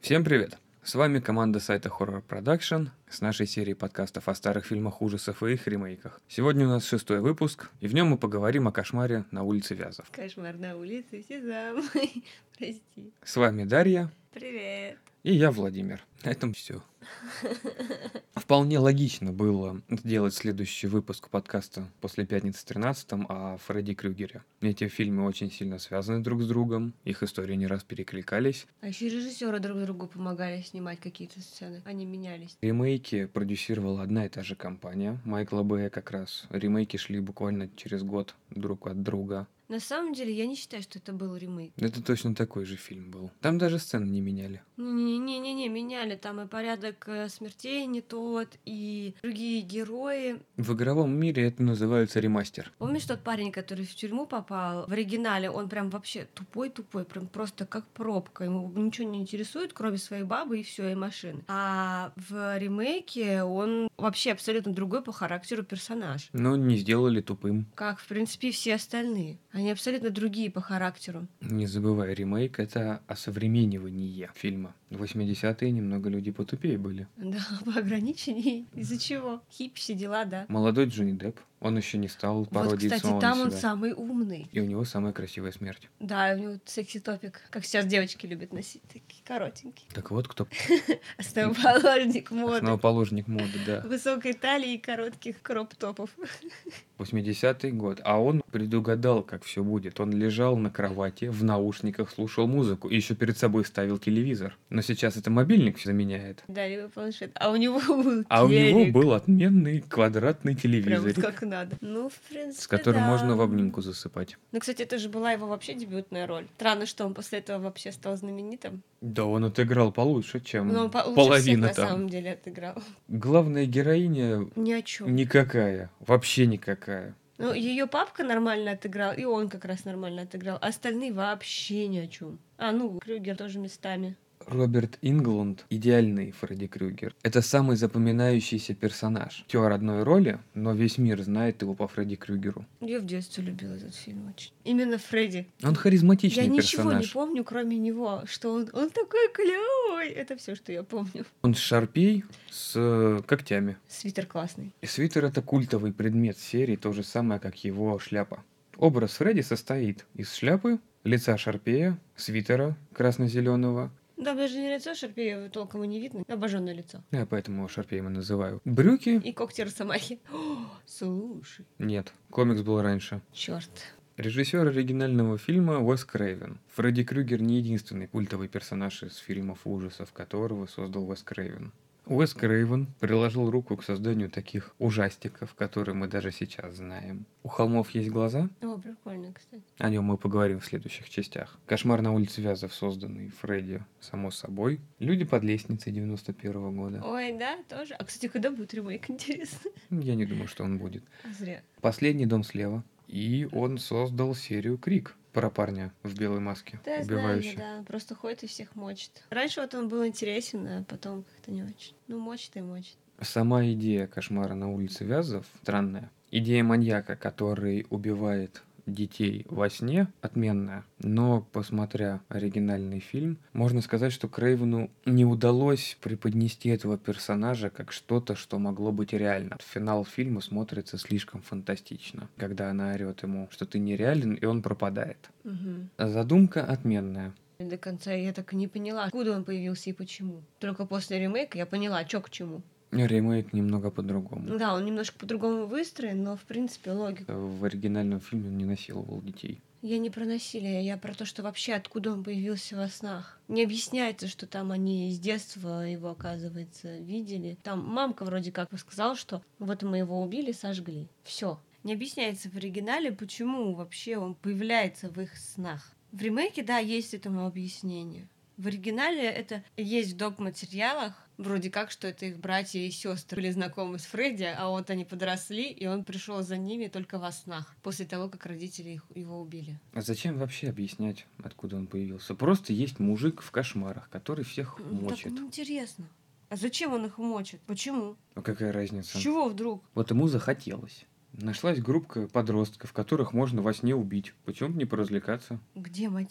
Всем привет! С вами команда сайта Horror Production с нашей серией подкастов о старых фильмах ужасов и их ремейках. Сегодня у нас 6-й выпуск, и в нем мы поговорим о кошмаре на улице Вязов. Кошмар на улице Сезам. Прости. С вами Дарья. Привет. И я, Владимир. На этом все. Вполне логично было сделать следующий выпуск подкаста после «Пятницы 13» о Фредди Крюгере. Эти фильмы очень сильно связаны друг с другом, их истории не раз перекликались. А еще режиссеры друг другу помогали снимать какие-то сцены. Они менялись. Ремейки продюсировала одна и та же компания, Майкла Бэя как раз. Ремейки шли буквально через год друг от друга. На самом деле, я не считаю, что это был ремейк. Это точно такой же фильм был. Там даже сцены не меняли. Не-не-не, меняли. Там и порядок смертей не тот, и другие герои. В игровом мире это называется ремастер. Помнишь тот парень, который в тюрьму попал? В оригинале он прям вообще тупой-тупой, прям просто как пробка. Ему ничего не интересует, кроме своей бабы и все, и машины. А в ремейке он вообще абсолютно другой по характеру персонаж. Но не сделали тупым. Как, в принципе, все остальные. Они абсолютно другие по характеру. Не забывай, ремейк — это осовременивание фильма. В 80-е немного люди потупее были. Да, по ограничению. Из-за чего? Хиппи, все дела, да. Молодой Джонни Депп. Он еще не стал пародией Вот, кстати, самого там на он себя. самый умный. И у него самая красивая смерть. Да, у него секси-топик. Как сейчас девочки любят носить. Такие коротенькие. Так вот, кто Основоположник моды. основоположник моды, да. Высокой талии и коротких кроп-топов. 80-й год. А он предугадал, как все будет. Он лежал на кровати, в наушниках, слушал музыку и еще перед собой ставил телевизор. Но сейчас это мобильник всё заменяет. Да, либо планшет. А у него был А у него телек. был отменный квадратный Прям телевизор, вот как надо. Ну, в принципе, с которым да. можно в обнимку засыпать. Ну, кстати, это же была его вообще дебютная роль. Странно, что он после этого вообще стал знаменитым. Да, он отыграл получше, чем Но он лучше половина всех, на там. самом деле, отыграл. Главная героиня Ни о чем. никакая, вообще никакая. Ну, ее папка нормально отыграл, и он как раз нормально отыграл. А остальные вообще ни о чем. А, ну, Крюгер тоже местами. Роберт Ингланд — идеальный Фредди Крюгер. Это самый запоминающийся персонаж. Актер одной роли, но весь мир знает его по Фредди Крюгеру. Я в детстве любила этот фильм очень. Именно Фредди. Он харизматичный Я ничего не персонаж. помню, кроме него, что он такой клевый. Это все, что я помню. Он шарпей с когтями. Свитер классный. И свитер — это культовый предмет серии, то же самое, как его шляпа. Образ Фредди состоит из шляпы, лица шарпея, свитера красно-зеленого. Да, даже не лицо Шарпея толком и не видно. Обожженное лицо. Я поэтому его шарпеем и называю. Брюки? И когти Росомахи. О, слушай. Нет, комикс был раньше. Черт. Режиссер оригинального фильма Уэс Крейвен. Фредди Крюгер не единственный культовый персонаж из фильмов ужасов, которого создал Уэс Крейвен. Уэс Крейвен приложил руку к созданию таких ужастиков, которые мы даже сейчас знаем. «У холмов есть глаза». О, прикольно, кстати. О нем мы поговорим в следующих частях. «Кошмар на улице Вязов», созданный Фредди, само собой. «Люди под лестницей» 91 года. Ой, да, тоже. А, кстати, когда будет ремейк, интересно? Я не думаю, что он будет. Зря. «Последний дом слева». И он создал серию «Крик» про парня в белой маске, Да, я знаю, убивающего. да, просто ходит и всех мочит. Раньше вот он был интересен, а потом как-то не очень. Ну, мочит и мочит. Сама идея «Кошмара на улице Вязов» странная. Идея маньяка, который убивает детей во сне, отменная. Но, посмотря оригинальный фильм, можно сказать, что Крейвену не удалось преподнести этого персонажа как что-то, что могло быть реально. Финал фильма смотрится слишком фантастично, когда она орет ему, что ты нереален, и он пропадает. Угу. Задумка отменная. До конца я так и не поняла, откуда он появился и почему. Только после ремейка я поняла, что к чему. Ремейк немного по-другому. Да, он немножко по-другому выстроен, но в принципе логика. В оригинальном фильме он не насиловал детей. Я не про насилие, я про то, что вообще откуда он появился во снах. Не объясняется, что там они с детства его, оказывается, видели. Там мамка вроде как сказала, что вот мы его убили, сожгли. Все. Не объясняется в оригинале, почему вообще он появляется в их снах. В ремейке, да, есть этому объяснение. В оригинале это есть в док-материалах, вроде как, что это их братья и сестры были знакомы с Фредди, а вот они подросли, и он пришел за ними только во снах, после того, как родители его убили. А зачем вообще объяснять, откуда он появился? Просто есть мужик в кошмарах, который всех мочит. Так интересно. А зачем он их мочит? Почему? А какая разница? С чего вдруг? Вот ему захотелось. Нашлась группа подростков, которых можно во сне убить. Почему бы не поразвлекаться? Где мотив?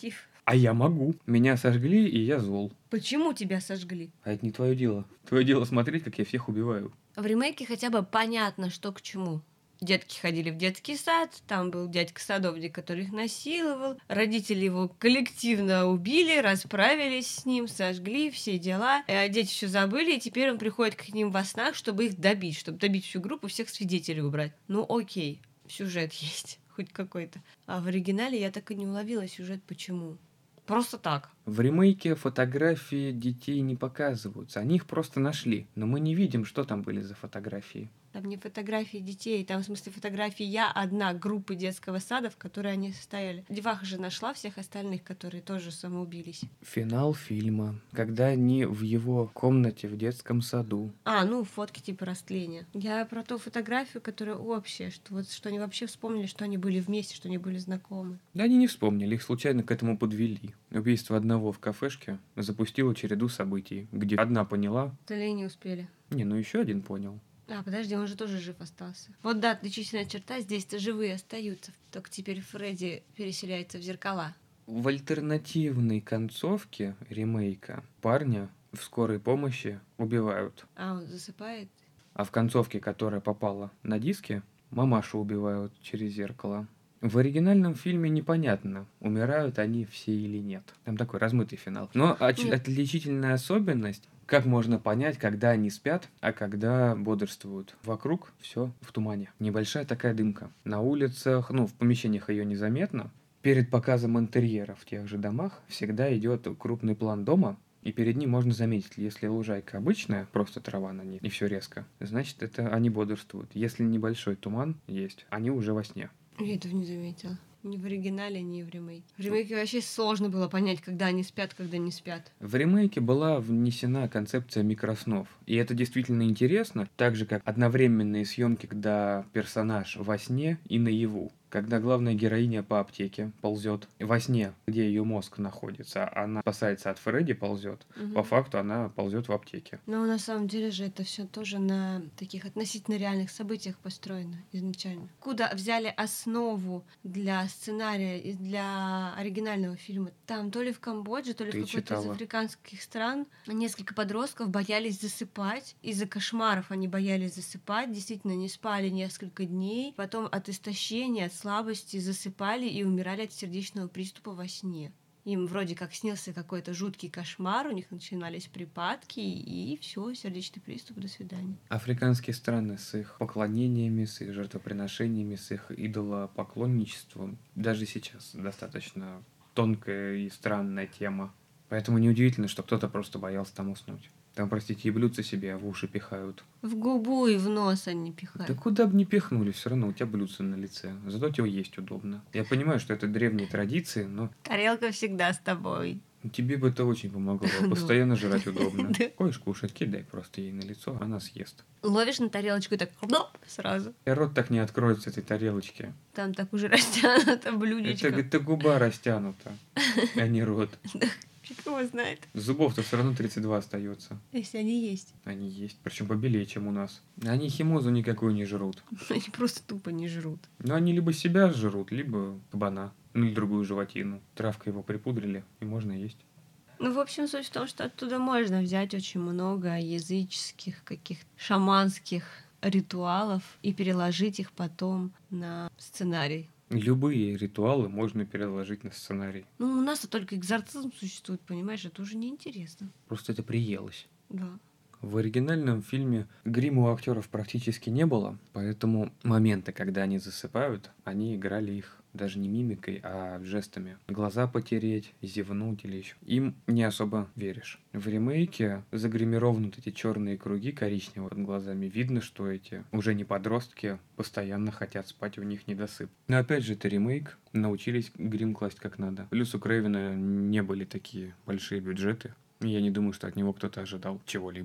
А я могу. Меня сожгли, и я зол. Почему тебя сожгли? А это не твое дело. Твое дело смотреть, как я всех убиваю. В ремейке хотя бы понятно, что к чему. Детки ходили в детский сад, там был дядька-садовник, который их насиловал, родители его коллективно убили, расправились с ним, сожгли, все дела. Дети все забыли, и теперь он приходит к ним во снах, чтобы их добить, чтобы добить всю группу, всех свидетелей убрать. Ну окей, сюжет есть, хоть какой-то. А в оригинале я так и не уловила сюжет, почему. Просто так. В ремейке фотографии детей не показываются, они их просто нашли, но мы не видим, что там были за фотографии. Там не фотографии детей, там в смысле фотографии я одна группы детского сада, в которой они состояли. Деваха же нашла всех остальных, которые тоже самоубились. Финал фильма, когда они в его комнате в детском саду. Ну, фотки типа растления. Я про ту фотографию, которая общая, что вот что они вообще вспомнили, что они были вместе, что они были знакомы. Да они не вспомнили, их случайно к этому подвели. Убийство одного в кафешке запустило череду событий, где одна поняла... Остальные не успели. Ну еще один понял. Подожди, он же тоже жив остался. Вот да, отличительная черта, здесь-то живые остаются. Только теперь Фредди переселяется в зеркала. В альтернативной концовке ремейка парня в скорой помощи убивают. Он засыпает? А в концовке, которая попала на диски, мамашу убивают через зеркало. В оригинальном фильме непонятно, умирают они все или нет. Там такой размытый финал. Но отличительная особенность, как можно понять, когда они спят, а когда бодрствуют. Вокруг все в тумане. Небольшая такая дымка. На улицах, в помещениях ее незаметно. Перед показом интерьера в тех же домах всегда идет крупный план дома, и перед ним можно заметить, если лужайка обычная, просто трава на ней, и все резко, значит, это они бодрствуют. Если небольшой туман есть, они уже во сне. Я этого не заметила. Ни в оригинале, ни в ремейке. В ремейке вообще сложно было понять, когда они спят, когда не спят. В ремейке была внесена концепция микроснов. И это действительно интересно, так же как одновременные съемки, когда персонаж во сне и наяву. Когда главная героиня по аптеке ползет во сне, где ее мозг находится, она спасается от Фредди, ползет. По факту она ползет в аптеке. Но на самом деле же это все тоже на таких относительно реальных событиях построено изначально. Куда взяли основу для сценария и для оригинального фильма? Там то ли в Камбодже, то ли в какой-то из африканских стран несколько подростков боялись засыпать. Из-за кошмаров они боялись засыпать, действительно не спали несколько дней. Потом от истощения, от слабости засыпали и умирали от сердечного приступа во сне. Им вроде как снился какой-то жуткий кошмар, у них начинались припадки, и все, сердечный приступ, до свидания. Африканские страны с их поклонениями, с их жертвоприношениями, с их идолопоклонничеством даже сейчас достаточно тонкая и странная тема. Поэтому неудивительно, что кто-то просто боялся там уснуть. Там, простите, и блюдца себе в уши пихают. В губу и в нос они пихают. Да куда бы ни пихнули, все равно у тебя блюдце на лице. Зато тебе есть удобно. Я понимаю, что это древние традиции, но... Тарелка всегда с тобой. Тебе бы это очень помогло. Постоянно жрать удобно. Хочешь кушать, кидай просто ей на лицо, она съест. Ловишь на тарелочку и так сразу. И рот так не откроется этой тарелочки. Там так уже растянуто блюдечко. Это губа растянута, а не рот. Фиг его знает. Зубов-то все равно 32 остается. Если они есть. Они есть. Причем побелее, чем у нас. Они химозу никакую не жрут. Они просто тупо не жрут. Но они либо себя жрут, либо кабана. Или другую животину. Травкой его припудрили, и можно есть. В общем, суть в том, что оттуда можно взять очень много языческих, каких-то шаманских ритуалов и переложить их потом на сценарий. Любые ритуалы можно переложить на сценарий. У нас-то только экзорцизм существует, понимаешь, это уже неинтересно. Просто это приелось. Да. В оригинальном фильме грима у актеров практически не было, поэтому моменты, когда они засыпают, они играли их даже не мимикой, а жестами. Глаза потереть, зевнуть или еще. Им не особо веришь. В ремейке загримированы эти черные круги коричневые под глазами. Видно, что эти уже не подростки постоянно хотят спать, у них недосып. Но опять же, это ремейк. Научились грим класть как надо. Плюс у Крейвена не были такие большие бюджеты. Я не думаю, что от него кто-то ожидал чего-либо.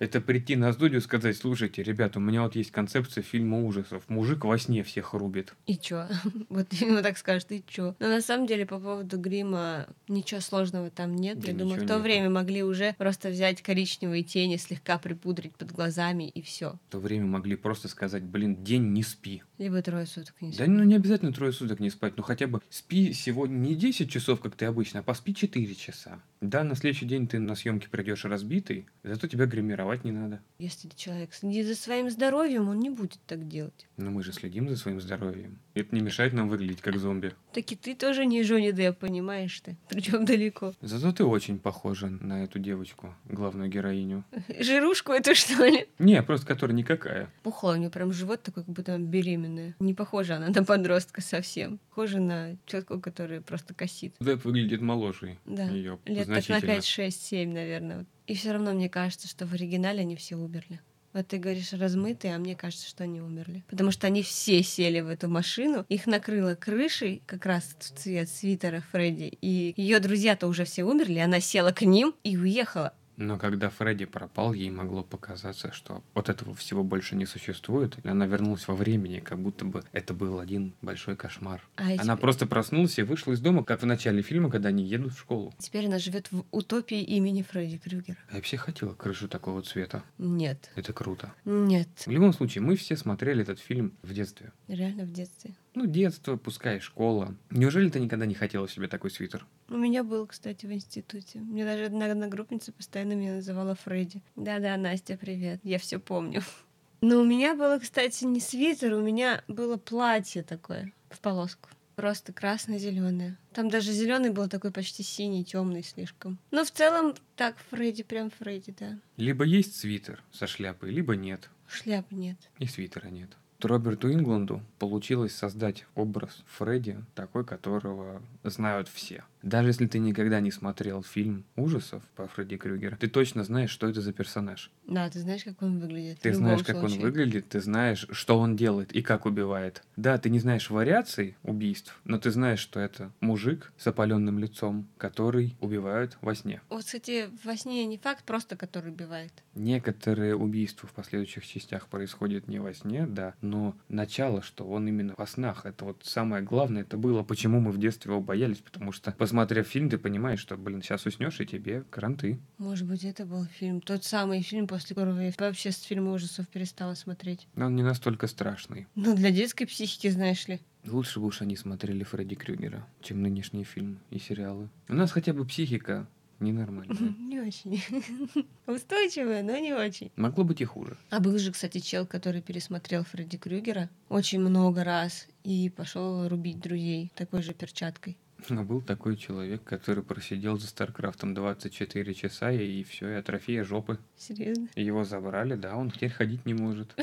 Это прийти на студию и сказать: слушайте, ребята, у меня вот есть концепция фильма ужасов. Мужик во сне всех рубит. И чё? Вот ему так скажут, и чё? Но на самом деле по поводу грима ничего сложного там нет. Да Я думаю, ничего в то нету. время могли уже просто взять коричневые тени, слегка припудрить под глазами и все. В то время могли просто сказать: блин, день не спи. Либо 3 суток не Да спи. ну не обязательно 3 суток не спать, ну хотя бы спи сегодня не 10 часов, как ты обычно, а поспи 4 часа. Да, на следующий день ты на съемки придешь разбитый, зато тебя гримировать не надо. Если человек следит за своим здоровьем, он не будет так делать. Но мы же следим за своим здоровьем. Это не мешает нам выглядеть как зомби. Так и ты тоже не Джонни Депп, понимаешь ты? Причем далеко. Зато ты очень похожа на эту девочку, главную героиню. Жирушку эту, что ли? Не, просто которая никакая. Пухло, у нее прям живот такой, как будто она беременная. Не похожа она на подростка совсем. Похожа на тетку, которая просто косит. Депп выглядит моложе Да. ее Лет так на значительно. 5, 6, 7, наверное. И все равно мне кажется, что в оригинале они все умерли. Вот ты говоришь размытые, а мне кажется, что они умерли. Потому что они все сели в эту машину, их накрыло крышей, как раз в цвет свитера Фредди, и ее друзья-то уже все умерли, она села к ним и уехала. Но когда Фредди пропал, ей могло показаться, что вот этого всего больше не существует. И она вернулась во времени, как будто бы это был один большой кошмар. Она просто проснулась и вышла из дома, как в начале фильма, когда они едут в школу. Теперь она живет в утопии имени Фредди Крюгера. Я вообще хотела крышу такого цвета. Нет. Это круто. Нет. В любом случае, мы все смотрели этот фильм в детстве. Реально в детстве. Ну, детство, пускай школа. Неужели ты никогда не хотела себе такой свитер? У меня был, кстати, в институте. Мне даже одна одногруппница постоянно меня называла Фредди. Да-да, Настя, привет. Я все помню. Но у меня было, кстати, не свитер, у меня было платье такое в полоску. Просто красно-зеленое. Там даже зеленый был такой почти синий, темный слишком. Но в целом так Фредди, прям Фредди, да. Либо есть свитер со шляпой, либо нет. Шляпы нет. И свитера нет. Роберту Ингланду получилось создать образ Фредди, такой, которого знают все. Даже если ты никогда не смотрел фильм ужасов по Фредди Крюгеру, ты точно знаешь, что это за персонаж. Да, ты знаешь, как он выглядит. Ты в любом знаешь, как он случае. выглядит, ты знаешь, что он делает и как убивает. Да, ты не знаешь вариаций убийств, но ты знаешь, что это мужик с опаленным лицом, который убивает во сне. Вот, кстати, во сне не факт, просто который убивает. Некоторые убийства в последующих частях происходят не во сне, да, но начало, что он именно во снах, это вот самое главное, это было, почему мы в детстве его боялись, потому что, посмотрев фильм, ты понимаешь, что, блин, сейчас уснешь и тебе кранты. Может быть, это был фильм. Тот самый фильм, после которого я вообще с фильма ужасов перестала смотреть. Но он не настолько страшный. Ну, для детской психики, знаешь ли. Лучше бы уж они смотрели Фредди Крюгера, чем нынешние фильмы и сериалы. У нас хотя бы психика ненормальная. Не очень. Устойчивая, но не очень. Могло быть и хуже. А был же, кстати, чел, который пересмотрел Фредди Крюгера очень много раз и пошел рубить друзей такой же перчаткой. Но был такой человек, который просидел за Старкрафтом 24 часа, и все, и атрофия жопы. Серьезно? Его забрали, да, он теперь ходить не может.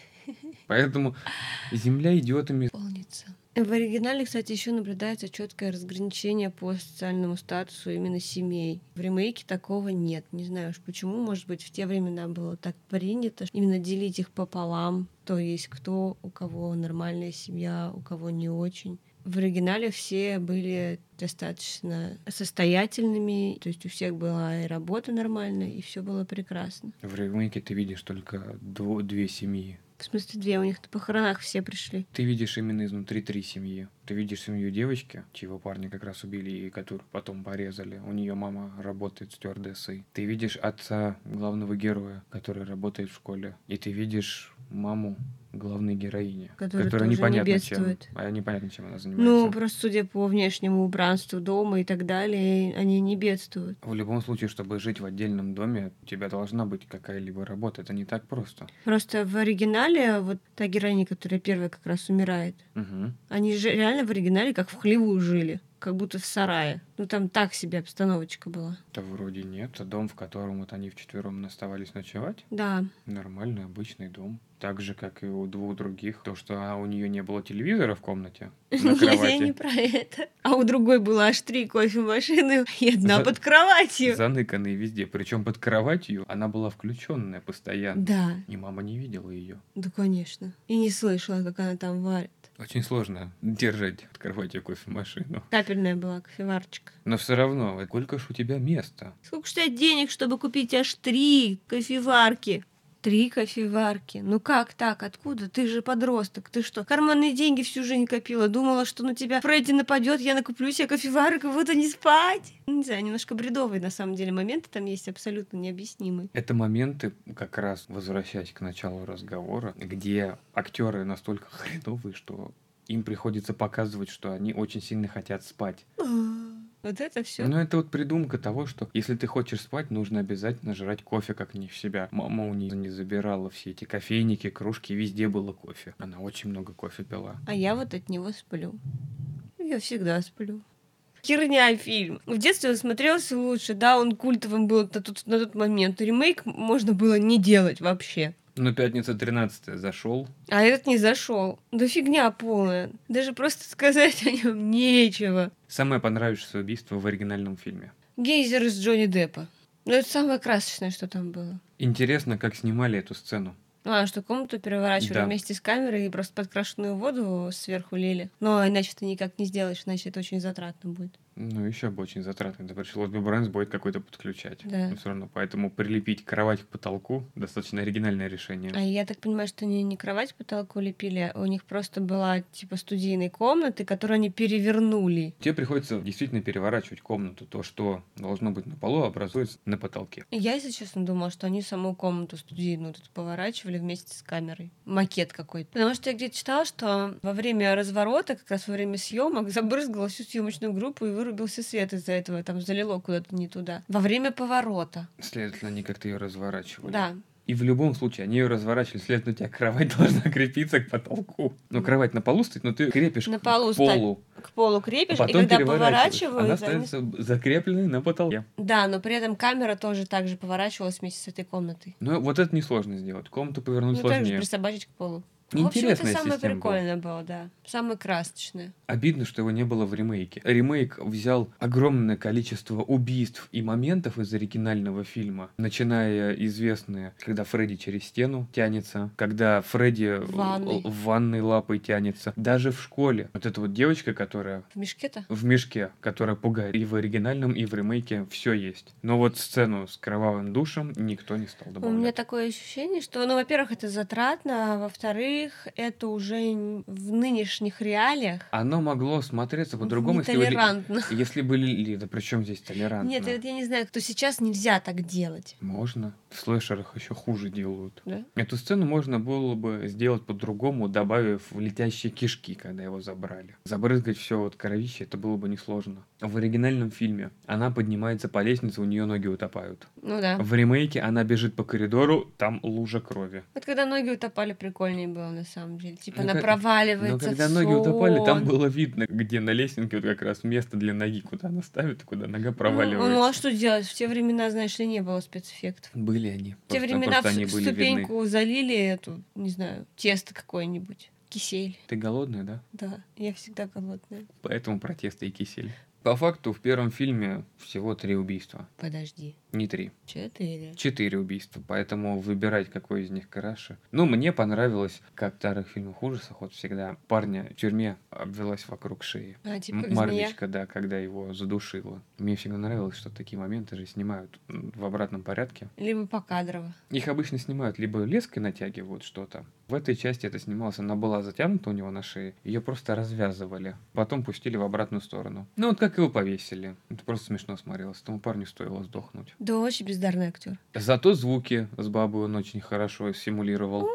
Поэтому земля идиотами. Полнится. В оригинале, кстати, еще наблюдается четкое разграничение по социальному статусу именно семей. В ремейке такого нет. Не знаю уж почему. Может быть, в те времена было так принято именно делить их пополам. То есть кто, у кого нормальная семья, у кого не очень. В оригинале все были достаточно состоятельными, то есть у всех была и работа нормальная, и все было прекрасно. В ремейке ты видишь только две семьи. В смысле, две, у них на похоронах все пришли. Ты видишь именно изнутри 3 семьи. Ты видишь семью девочки, чьего парня как раз убили и которую потом порезали. У нее мама работает стюардессой. Ты видишь отца главного героя, который работает в школе. И ты видишь маму главной героини, Которая которая тоже непонятно не чем. бедствует. А непонятно, чем она занимается. Ну, просто судя по внешнему убранству дома и так далее, они не бедствуют. В любом случае, чтобы жить в отдельном доме, у тебя должна быть какая-либо работа. Это не так просто. Просто в оригинале вот та героиня, которая первая как раз умирает, Угу. они же реально в оригинале как в хлеву жили, как будто в сарае. Ну, там так себе обстановочка была. Да вроде нет. Дом, в котором вот они вчетвером оставались ночевать. Да. Нормальный, обычный дом. Так же, как и у двух других. То, что у нее не было телевизора в комнате на Нет, я не кровати. про это. А у другой было аж 3 кофемашины и одна под кроватью. Заныканные везде. Причем под кроватью она была включенная постоянно. Да, И мама не видела ее. да, конечно. И не слышала, как она там варит. Очень сложно держать, открывать кофемашину. Капельная была кофеварочка. Но все равно, сколько ж у тебя места? Сколько ж у тебя денег, чтобы купить аж 3 кофеварки? 3 кофеварки. Ну как так? Откуда? Ты же подросток. Ты что, карманные деньги всю жизнь копила? Думала, что на тебя Фредди нападет, я накуплю себе кофеварок и буду не спать? Не знаю, немножко бредовые на самом деле моменты там есть, абсолютно необъяснимые. Это моменты, как раз возвращаясь к началу разговора, где актеры настолько хреновые, что им приходится показывать, что они очень сильно хотят спать. Вот это все. Но это вот придумка того, что если ты хочешь спать, нужно обязательно жрать кофе как не в себя. Мама у нее не забирала все эти кофейники, кружки, везде было кофе. Она очень много кофе пила. А я вот от него сплю. Я всегда сплю. Херня фильм. В детстве он смотрелся лучше, да, он культовым был на тот момент. Ремейк можно было не делать вообще. Но «Пятница 13» зашел. А этот не зашел. Да фигня полная. Даже просто сказать о нем нечего. Самое понравившееся убийство в оригинальном фильме. Гейзер из Джонни Деппа. Ну, это самое красочное, что там было. Интересно, как снимали эту сцену. Что комнату переворачивали Да. вместе с камерой и просто подкрашенную воду сверху лили. Но иначе ты никак не сделаешь, иначе это очень затратно будет. Ну, еще бы очень затратно. Да пришлось бы бренд какой-то подключать. Да. Но все равно, поэтому прилепить кровать к потолку достаточно оригинальное решение. А я так понимаю, что они не кровать к потолку лепили, а у них просто была типа студийной комнаты, которую они перевернули. Тебе приходится действительно переворачивать комнату. То, что должно быть на полу, образуется на потолке. Я, если честно, думала, что они саму комнату студийную тут поворачивали вместе с камерой. Макет какой-то. Потому что я где-то читала, что во время разворота, как раз во время съемок, забрызгала всю съемочную группу и вырубился свет из-за этого. Там залило куда-то не туда. Во время поворота. Следовательно, они как-то ее разворачивали. Да. И в любом случае, они ее разворачивали, следовательно, у тебя кровать должна крепиться к потолку. Ну, кровать на полу стоит, но ты крепишь На полу к полу. К полу крепишь, А и потом когда переворачиваешь. поворачивают... Она они- становится закрепленной на потолке. Да, но при этом камера тоже так же поворачивалась вместе с этой комнатой. Но вот это несложно сделать. Комнату повернуть Ну, также сложнее. присобачить к полу. Интересная В общем, это самое система была. прикольное было, да. Самое красочное. Обидно, что его не было в ремейке. Ремейк взял огромное количество убийств и моментов из оригинального фильма, начиная известные, когда Фредди через стену тянется, когда Фредди ванной. в ванной лапой тянется, даже в школе. Вот эта вот девочка, которая В мешке-то? в мешке, которая пугает. И в оригинальном, и в ремейке все есть. Но вот сцену с кровавым душем никто не стал У добавлять. меня такое ощущение, что, ну, во-первых, это затратно, а во-вторых, это уже в нынешних реалиях Оно могло смотреться по-другому, если бы... нетолерантно. Если бы... Да при чем здесь толерантно? Нет, это я не знаю, кто сейчас нельзя так делать. Можно. В слэшерах еще хуже делают. Да? Эту сцену можно было бы сделать по-другому, добавив летящие кишки, когда его забрали. Забрызгать все вот кровище, это было бы несложно. В оригинальном фильме она поднимается по лестнице, у нее ноги утопают. Ну да. В ремейке она бежит по коридору, там лужа крови. Вот когда ноги утопали, прикольнее было на самом деле. Типа Ну, она как- проваливается Но когда в ноги утопали, там сон. было видно, где на лестнике вот как раз место для ноги, куда она ставит, и куда нога проваливается. Ну а что делать? В те времена, знаешь ли, не было спецэффектов. Были они. В те времена Просто в они были видны. ступеньку залили эту, не знаю, тесто какое-нибудь. Кисель. Ты голодная, да? Да, я всегда голодная. Поэтому протесты и кисель. По факту в первом фильме всего 3 убийства. Подожди. Не 3. 4. 4 убийства, поэтому выбирать, какой из них краше. Ну, мне понравилось, как в старых фильмах ужасов, вот всегда парня в тюрьме обвелась вокруг шеи. Типа как змея. Марвичка, да, когда его задушила. Мне всегда нравилось, что такие моменты же снимают в обратном порядке. Либо покадрово. Их обычно снимают либо леской натягивают что-то. В этой части это снималось, она была затянута у него на шее, ее просто развязывали, потом пустили в обратную сторону. Ну вот как его повесили. Это просто смешно смотрелось, этому парню стоило сдохнуть. Да, очень бездарный актер. Зато звуки с бабой он очень хорошо симулировал.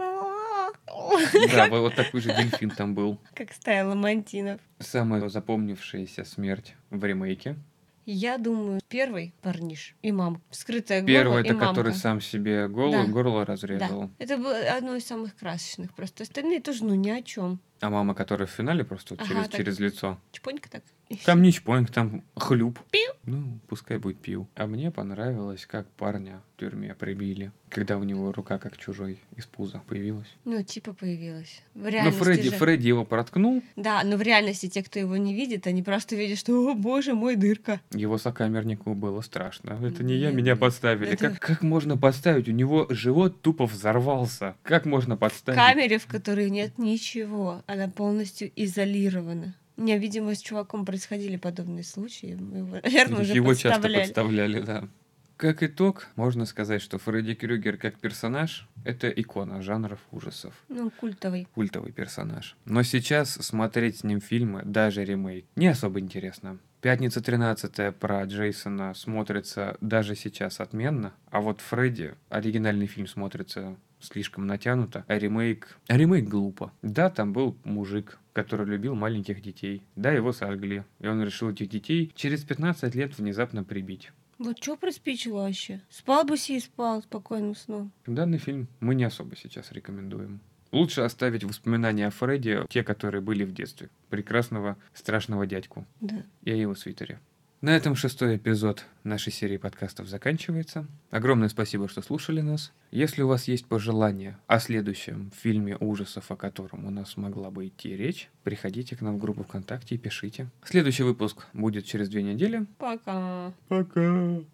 Да, вот такой же дельфин там был. Как стая ламантинов. Самая запомнившаяся смерть в ремейке. Я думаю, первый парниш и мамка. Вскрытое горло Первый и это мамка. который сам себе Да. горло Да, разрезал. это было одно из самых красочных. Просто остальные тоже, ну, ни о чем. А мама, которая в финале просто вот Ага, так. через лицо. Чпонька так. Там не чпоинг, там хлюп. Пиу. Ну, пускай будет пил. А мне понравилось, как парня в тюрьме прибили, когда у него рука как чужой из пуза появилась. Ну, типа появилась. В Но реальности же... Фредди его проткнул, Да, но в реальности те, кто его не видит, они просто видят, что, о боже мой, дырка. его сокамернику было страшно. Это не я, Нет, меня нет. подставили. Это- Как можно подставить? У него живот тупо взорвался. Как можно В подставить? камере, в которой нет ничего, она полностью изолирована. У меня, видимо, с чуваком происходили подобные случаи. Мы его, наверное, уже Его часто подставляли. подставляли, да. Как итог, можно сказать, что Фредди Крюгер как персонаж — это икона жанров ужасов. Ну, культовый. Культовый персонаж. Но сейчас смотреть с ним фильмы, даже ремейк, не особо интересно. «Пятница 13» про Джейсона смотрится даже сейчас отменно, а вот Фредди, оригинальный фильм, смотрится слишком натянуто, а ремейк глупо. Да, там был мужик, который любил маленьких детей. Да, его сожгли. И он решил этих детей через 15 лет внезапно прибить. Вот что приспичило вообще? Спал бы себе и спал спокойным сном. Данный фильм мы не особо сейчас рекомендуем. Лучше оставить воспоминания о Фредди, те, которые были в детстве. Прекрасного, страшного дядьку. Да. И о его свитере. На этом 6-й эпизод нашей серии подкастов заканчивается. Огромное спасибо, что слушали нас. Если у вас есть пожелания о следующем фильме ужасов, о котором у нас могла бы идти речь, приходите к нам в группу ВКонтакте и пишите. Следующий выпуск будет через 2 недели. Пока. Пока.